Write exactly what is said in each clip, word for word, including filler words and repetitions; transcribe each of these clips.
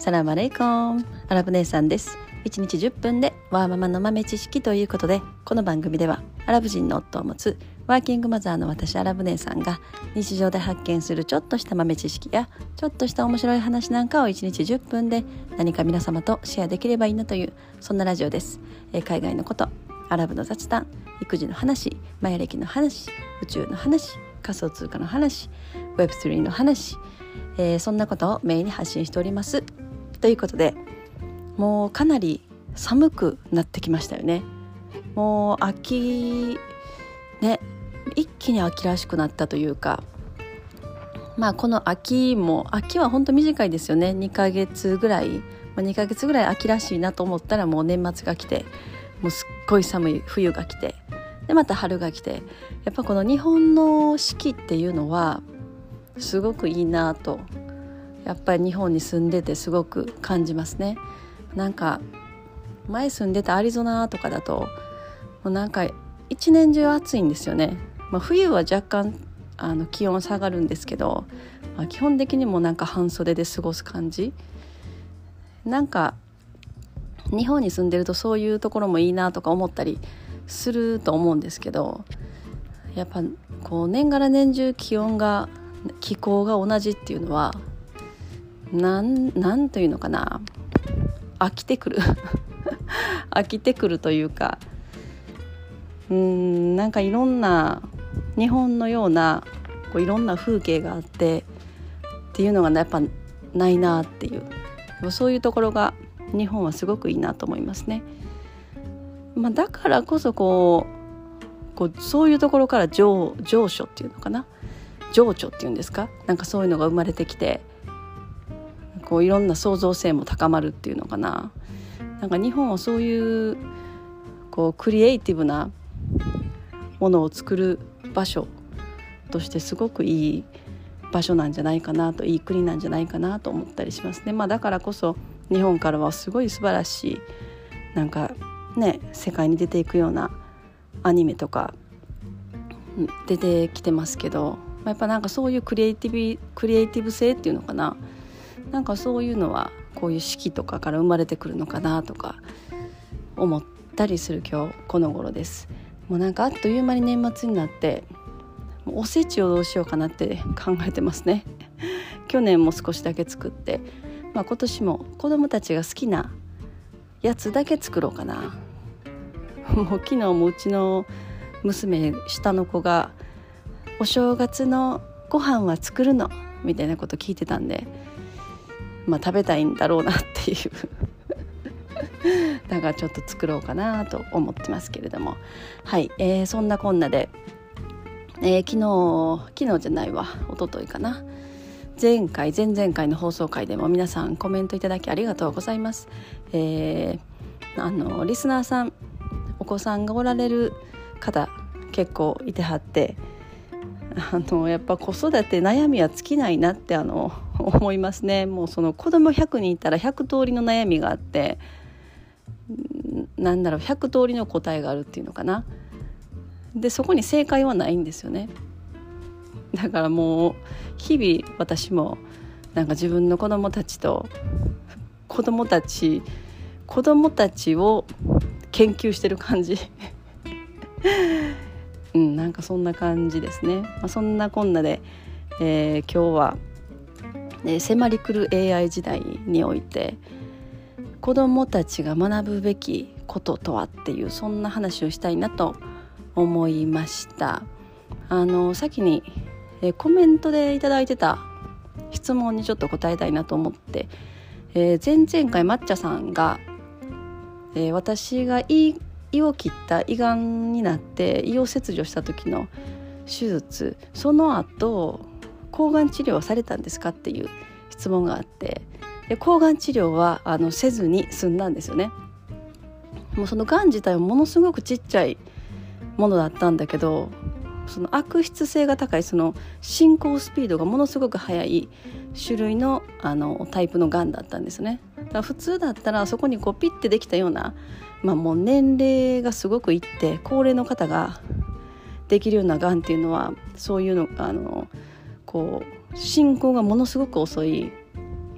サラムアレイコン、アラブ姉さんです。いちにちじゅっぷんでワーママの豆知識ということで、この番組ではアラブ人の夫を持つワーキングマザーの私アラブ姉さんが日常で発見するちょっとした豆知識やちょっとした面白い話なんかをいちにちじゅっぷんで何か皆様とシェアできればいいなという、そんなラジオです。えー、海外のこと、アラブの雑談、育児の話、マヤ歴の話、宇宙の話、仮想通貨の話、 ウェブスリー の話、えー、そんなことをメインに発信しておりますということで、もうかなり寒くなってきましたよね。もう秋ね、一気に秋らしくなったというか、まあこの秋も秋は本当短いですよね。にかげつぐらい、まあ、にかげつぐらい秋らしいなと思ったらもう年末が来て、もうすっごい寒い冬が来て、でまた春が来て、やっぱこの日本の四季っていうのはすごくいいなと、やっぱり日本に住んでてすごく感じますね。なんか前住んでたアリゾナとかだともうなんか一年中暑いんですよね。まあ、冬は若干あの気温下がるんですけど、まあ、基本的にもなんか半袖で過ごす感じ。なんか日本に住んでるとそういうところもいいなとか思ったりすると思うんですけど、やっぱこう年がら年中気温が気候が同じっていうのはなんなんというのかな、飽きてくる飽きてくるというか、うーんなんかいろんな日本のようなこういろんな風景があってっていうのがやっぱないなっていう、そういうところが日本はすごくいいなと思いますね。まあ、だからこそこう、こうそういうところから情情緒っていうのかな、情緒っていうんですか、なんかそういうのが生まれてきて、こういろんな創造性も高まるっていうのかな。なんか日本はそういうこうクリエイティブなものを作る場所としてすごくいい場所なんじゃないかなと、いい国なんじゃないかなと思ったりしますね。まあ、だからこそ日本からはすごい素晴らしい、なんかね、世界に出ていくようなアニメとか出てきてますけど、やっぱなんかそういうクリエイティブクリエイティブ性っていうのかな、なんかそういうのはこういう四季とかから生まれてくるのかなとか思ったりする今日この頃です。もうなんかあっという間に年末になって、もうおせちをどうしようかなって考えてますね。去年も少しだけ作って、まあ、今年も子供たちが好きなやつだけ作ろうかな。もう昨日もうちの娘下の子がお正月のご飯は作るのみたいなこと聞いてたんで、まあ食べたいんだろうなっていうだからちょっと作ろうかなと思ってますけれども、はい、えー、そんなこんなで、えー、昨日昨日じゃないわ一昨日かな、前回前々回の放送回でも皆さんコメントいただきありがとうございます。えー、あのリスナーさん、お子さんがおられる方結構いてはって、あのやっぱ子育て悩みは尽きないなってあの思いますね。もうその子供ひゃくにんいたらひゃく通りの悩みがあって、なんだろう、ひゃく通りの答えがあるっていうのかな。でそこに正解はないんですよね。だからもう日々私もなんか自分の子供たちと子供たち子供たちを研究してる感じうん、なんかそんな感じですね。まあ、そんなこんなで、えー、今日は、えー、迫り来る エーアイ 時代において子どもたちが学ぶべきこととはっていう、そんな話をしたいなと思いました。あの先に、えー、コメントでいただいてた質問にちょっと答えたいなと思って、えー、前々回抹茶さんが、えー、私が胃胃を切った胃がんになって胃を切除した時の手術、その後抗がん治療はされたんですかっていう質問があって、で抗がん治療はあのせずに済んだんですよね。もうそのがん自体はものすごくちっちゃいものだったんだけど、その悪質性が高い、その進行スピードがものすごく速い種類の、あのタイプのがんだったんですね。だから普通だったらそこにこうピッてできたような、まあ、もう年齢がすごくいって高齢の方ができるようながんっていうのは、そういうのあのこう進行がものすごく遅い、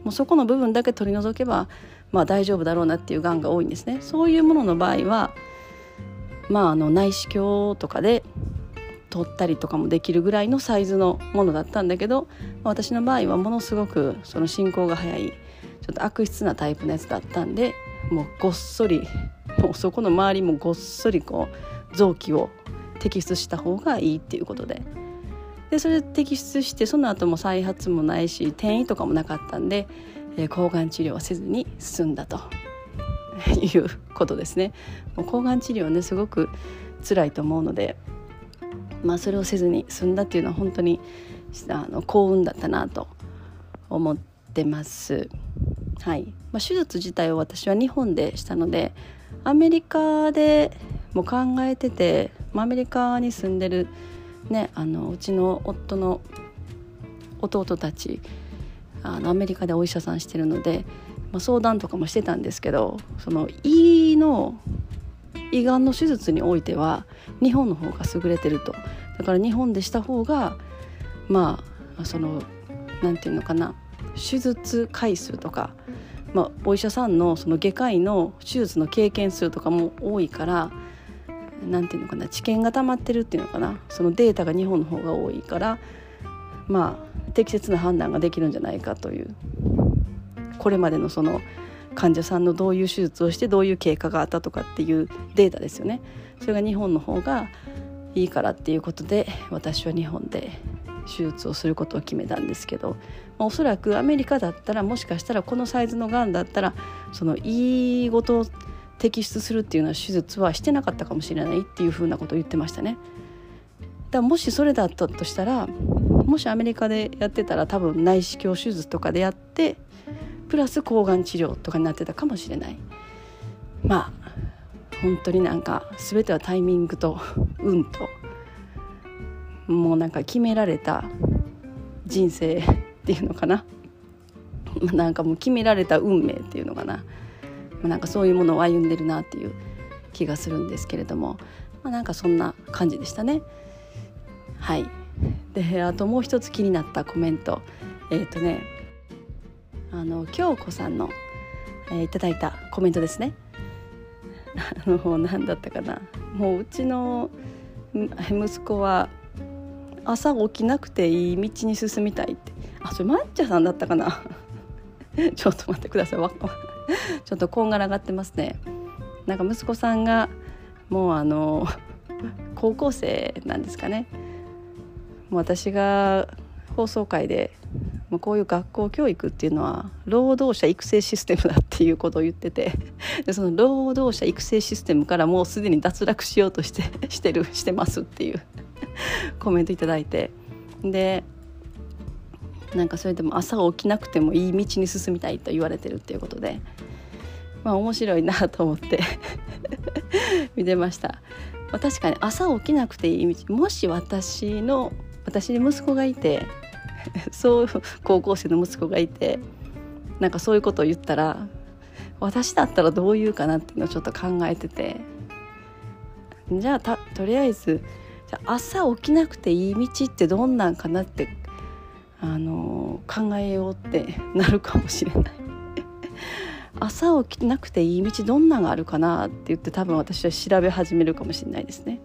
もうそこの部分だけ取り除けば、まあ、大丈夫だろうなっていうがんが多いんですね。そういうものの場合は、まあ、あの内視鏡とかで取ったりとかもできるぐらいのサイズのものだったんだけど、私の場合はものすごくその進行が早いちょっと悪質なタイプのやつだったんで、もうごっそりもうそこの周りもごっそりこう臓器を摘出した方がいいっていうことで、でそれで摘出してその後も再発もないし転移とかもなかったんで、えー、抗がん治療はせずに済んだということですね。もう抗がん治療はねすごく辛いと思うので、まあ、それをせずに済んだっていうのは本当にあの幸運だったなと思ってます。はい。まあ、手術自体を私は日本でしたので、アメリカでも考えてて、アメリカに住んでる、ね、あのうちの夫の弟たちあのアメリカでお医者さんしてるので、まあ、相談とかもしてたんですけど、その胃の胃がんの手術においては日本の方が優れてると。だから日本でした方がまあそのなんていうのかな、手術回数とか、まあ、お医者さんのその外科医の手術の経験数とかも多いから、なんていうのかな、知見が溜まってるっていうのかな、そのデータが日本の方が多いから、まあ適切な判断ができるんじゃないかという、これまでのその患者さんのどういう手術をしてどういう経過があったとかっていうデータですよね。それが日本の方がいいからっていうことで、私は日本で手術をすることを決めたんですけど、まあ、おそらくアメリカだったらもしかしたらこのサイズのがんだったらその胃ごと摘出するっていうような手術はしてなかったかもしれないっていうふうなことを言ってましたね。だからもしそれだったとしたら、もしアメリカでやってたら多分内視鏡手術とかでやってプラス抗がん治療とかになってたかもしれない。まあ本当になんか全てはタイミングと運と、もうなんか決められた人生っていうのかな、なんかもう決められた運命っていうのかな、なんかそういうものを歩んでるなっていう気がするんですけれども、まあ、なんかそんな感じでしたね。はい。であともう一つ気になったコメント、えっとねあの京子さんの、えー、いただいたコメントですね。あの何だったかな、もううちの息子は朝起きなくていい道に進みたいって、あそれマッチャさんだったかなちょっと待ってください、ちょっとこんがらがってますね。なんか息子さんがもうあの高校生なんですかね。もう私が放送回でもうこういう学校教育っていうのは労働者育成システムだっていうことを言ってて、でその労働者育成システムからもうすでに脱落しようとしてしてるしてますっていうコメントいただいて、でなんかそれでも朝起きなくてもいい道に進みたいと言われてるっていうことで、まあ面白いなと思って見てました。まあ、確かに朝起きなくていい道、もし私の私に息子がいてそう高校生の息子がいてなんかそういうことを言ったら、私だったらどう言うかなっていうのをちょっと考えてて、じゃあ た, とりあえずじゃあ朝起きなくていい道ってどんなんかなってあの考えようってなるかもしれない朝起きなくていい道どんなんがあるかなって言って多分私は調べ始めるかもしれないですね。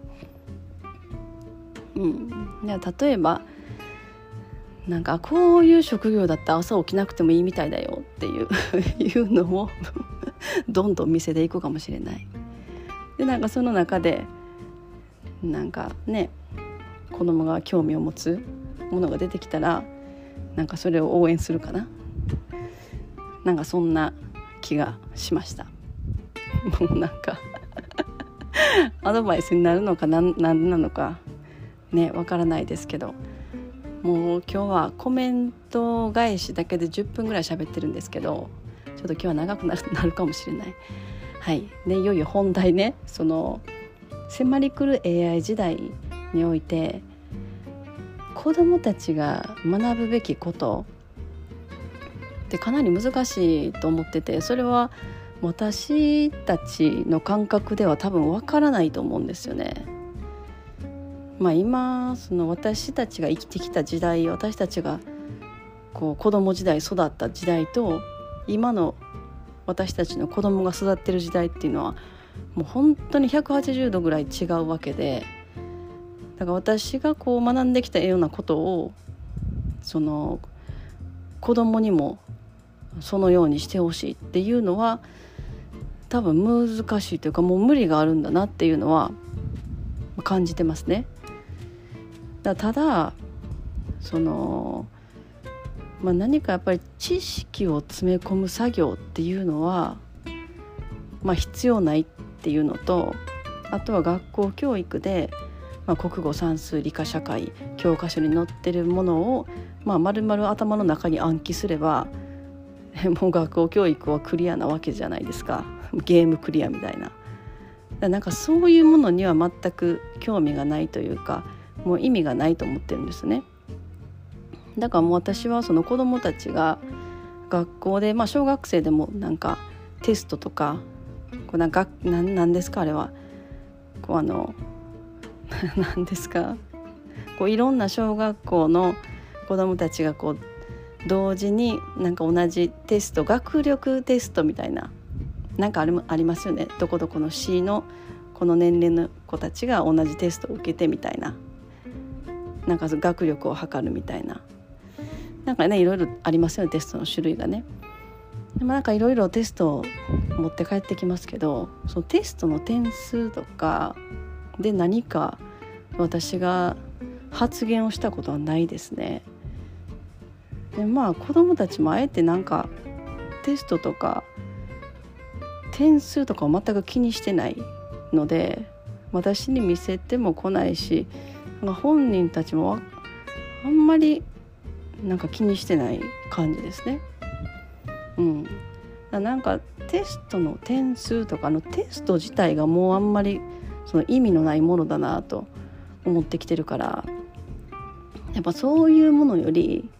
うん、例えばなんかこういう職業だったら朝起きなくてもいいみたいだよっていういうのをどんどん見せていくかもしれない。でなんかその中でなんかね子供が興味を持つものが出てきたらなんかそれを応援するかな、なんかそんな気がしました。もうなんかアドバイスになるのか何なのかねわからないですけど、もう今日はコメント返しだけでじゅっぷんぐらい喋ってるんですけど、ちょっと今日は長くな る, なるかもしれない。はい。でいよいよ本題ね、その迫り来る エーアイ 時代において子どもたちが学ぶべきことってかなり難しいと思ってて、それは私たちの感覚では多分わからないと思うんですよね。まあ今その私たちが生きてきた時代、私たちがこう子供時代育った時代と今の私たちの子供が育ってる時代っていうのはもう本当にひゃくはちじゅうどぐらい違うわけで、だから私がこう学んできたようなことをその子供にもそのようにしてほしいっていうのは多分難しいというか、もう無理があるんだなっていうのは感じてますね。だただその、まあ、何かやっぱり知識を詰め込む作業っていうのは、まあ、必要ないっていうのと、あとは学校教育で、まあ、国語算数理科社会教科書に載ってるものを、まあ、丸々頭の中に暗記すればもう学校教育はクリアなわけじゃないですか。ゲームクリアみたいな。だからなんかそういうものには全く興味がないというか、もう意味がないと思ってるんですね。だからもう私はその子どもたちが学校で、まあ、小学生でもなんかテストとかこうなんかなんなんですかあれはこうあのなんですかこういろんな小学校の子どもたちがこう同時になんか同じテスト、学力テストみたいななんかあれもありますよね。どこどこの市のこの年齢の子たちが同じテストを受けてみたいな、なんか学力を測るみたいな、なんかねいろいろありますよね、テストの種類がね。でもなんかいろいろテストを持って帰ってきますけど、そのテストの点数とかで何か私が発言をしたことはないですね。でまあ子どもたちもあえてなんかテストとか点数とかを全く気にしてないので、私に見せても来ないし、本人たちもあんまりなんか気にしてない感じですね。うん、なんかテストの点数とかのテスト自体がもうあんまりその意味のないものだなと思ってきてるから、やっぱそういうものより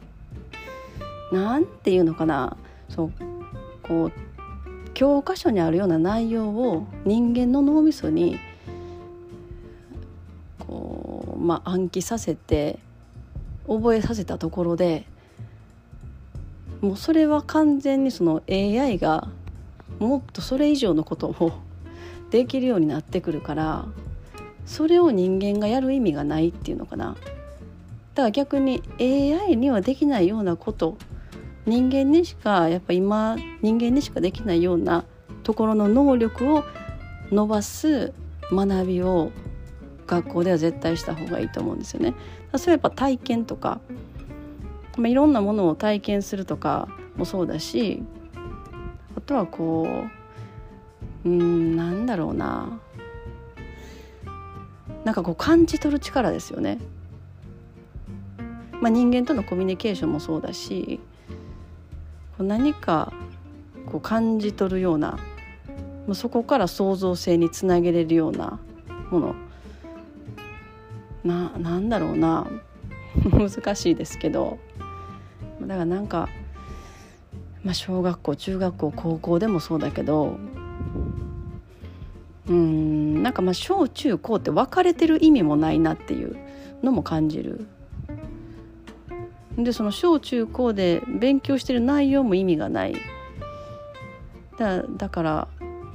なんていうのかな、そうこう教科書にあるような内容を人間の脳みそにこう、まあ、暗記させて覚えさせたところで、もうそれは完全にその エーアイ がもっとそれ以上のことをできるようになってくるから、それを人間がやる意味がないっていうのかな。だから逆に エーアイ にはできないようなこと、人間にしかやっぱ今人間にしかできないようなところの能力を伸ばす学びを学校では絶対した方がいいと思うんですよね。それはやっぱ体験とか、まあ、いろんなものを体験するとかもそうだし、あとはこううーんなんだろうな、なんかこう感じ取る力ですよね。まあ、人間とのコミュニケーションもそうだし、何かこう感じ取るような、そこから創造性につなげれるようなものな、なんだろうな難しいですけど、だからなんか、まあ、小学校中学校高校でもそうだけど、うーんなんかまあ小中高って分かれてる意味もないなっていうのも感じる。でその小中高で勉強してる内容も意味がない。だ、だから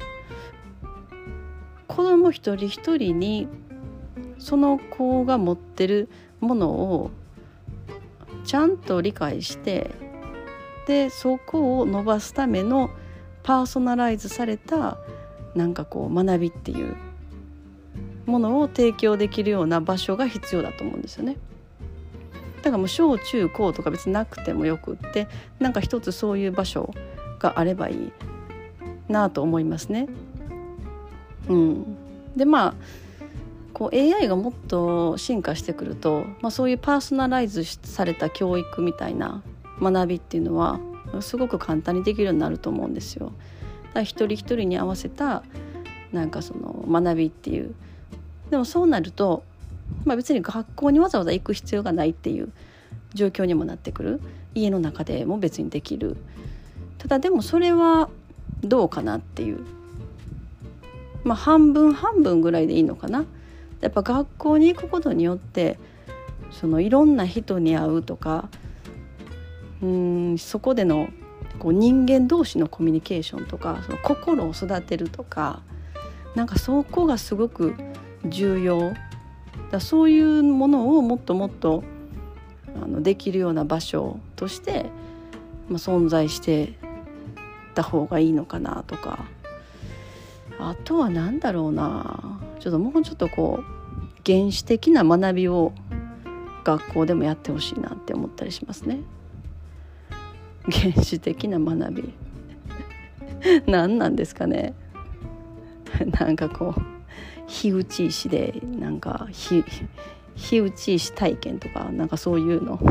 子供一人一人にその子が持ってるものをちゃんと理解して、でそこを伸ばすためのパーソナライズされたなんかこう学びっていうものを提供できるような場所が必要だと思うんですよね。だからもう小中高とか別になくてもよくって、なんか一つそういう場所があればいいなと思いますね。うん、でまあこう エーアイ がもっと進化してくると、まあ、そういうパーソナライズされた教育みたいな学びっていうのはすごく簡単にできるようになると思うんですよ。だから一人一人に合わせたなんかその学びっていう、でもそうなると、まあ、別に学校にわざわざ行く必要がないっていう状況にもなってくる。家の中でも別にできる。ただでもそれはどうかなっていう、まあ半分半分ぐらいでいいのかな。やっぱ学校に行くことによってそのいろんな人に会うとか、 うんそこでのこう人間同士のコミュニケーションとか、その心を育てるとか、なんかそこがすごく重要だ。そういうものをもっともっとあのできるような場所として、まあ、存在してた方がいいのかなとか、あとはなんだろうな、ちょっともうちょっとこう原始的な学びを学校でもやってほしいなって思ったりしますね。原始的な学び何なんですかね。なんかこう火打ち石でなんか火火打ち石体験とか、なんかそういうの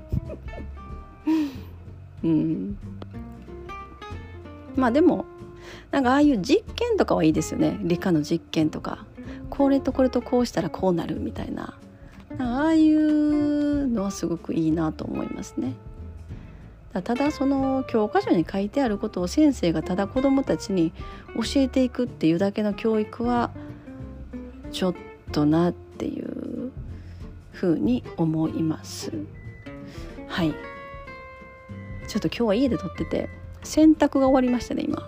うんまあでもなんかああいう実験とかはいいですよね。理科の実験とか、これとこれとこうしたらこうなるみたいな、ああいうのはすごくいいなと思いますね。ただその教科書に書いてあることを先生がただ子どもたちに教えていくっていうだけの教育はちょっとなっていうふうに思います。はい、ちょっと今日は家で撮ってて洗濯が終わりましたね今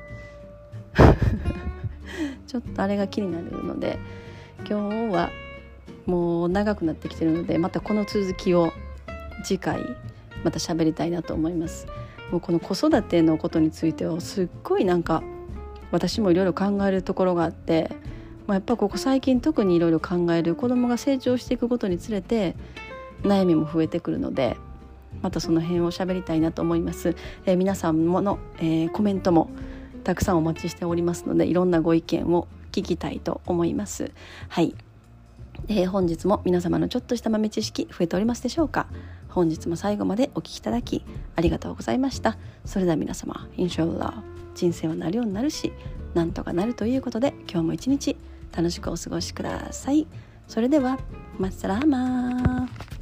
ちょっとあれが気になるので、今日はもう長くなってきてるので、またこの続きを次回また喋りたいなと思います。もうこの子育てのことについてはすっごいなんか私もいろいろ考えるところがあって、まあ、やっぱここ最近特にいろいろ考える、子供が成長していくことにつれて悩みも増えてくるので、またその辺を喋りたいなと思います。えー、皆さんもの、えー、コメントもたくさんお待ちしておりますので、いろんなご意見を聞きたいと思います。はい、えー、本日も皆様のちょっとした豆知識増えておりますでしょうか。本日も最後までお聞きいただきありがとうございました。それでは皆様、インシャアラー、人生はなるようになるし、なんとかなるということで、今日も一日楽しくお過ごしください。それではマッサラーマー。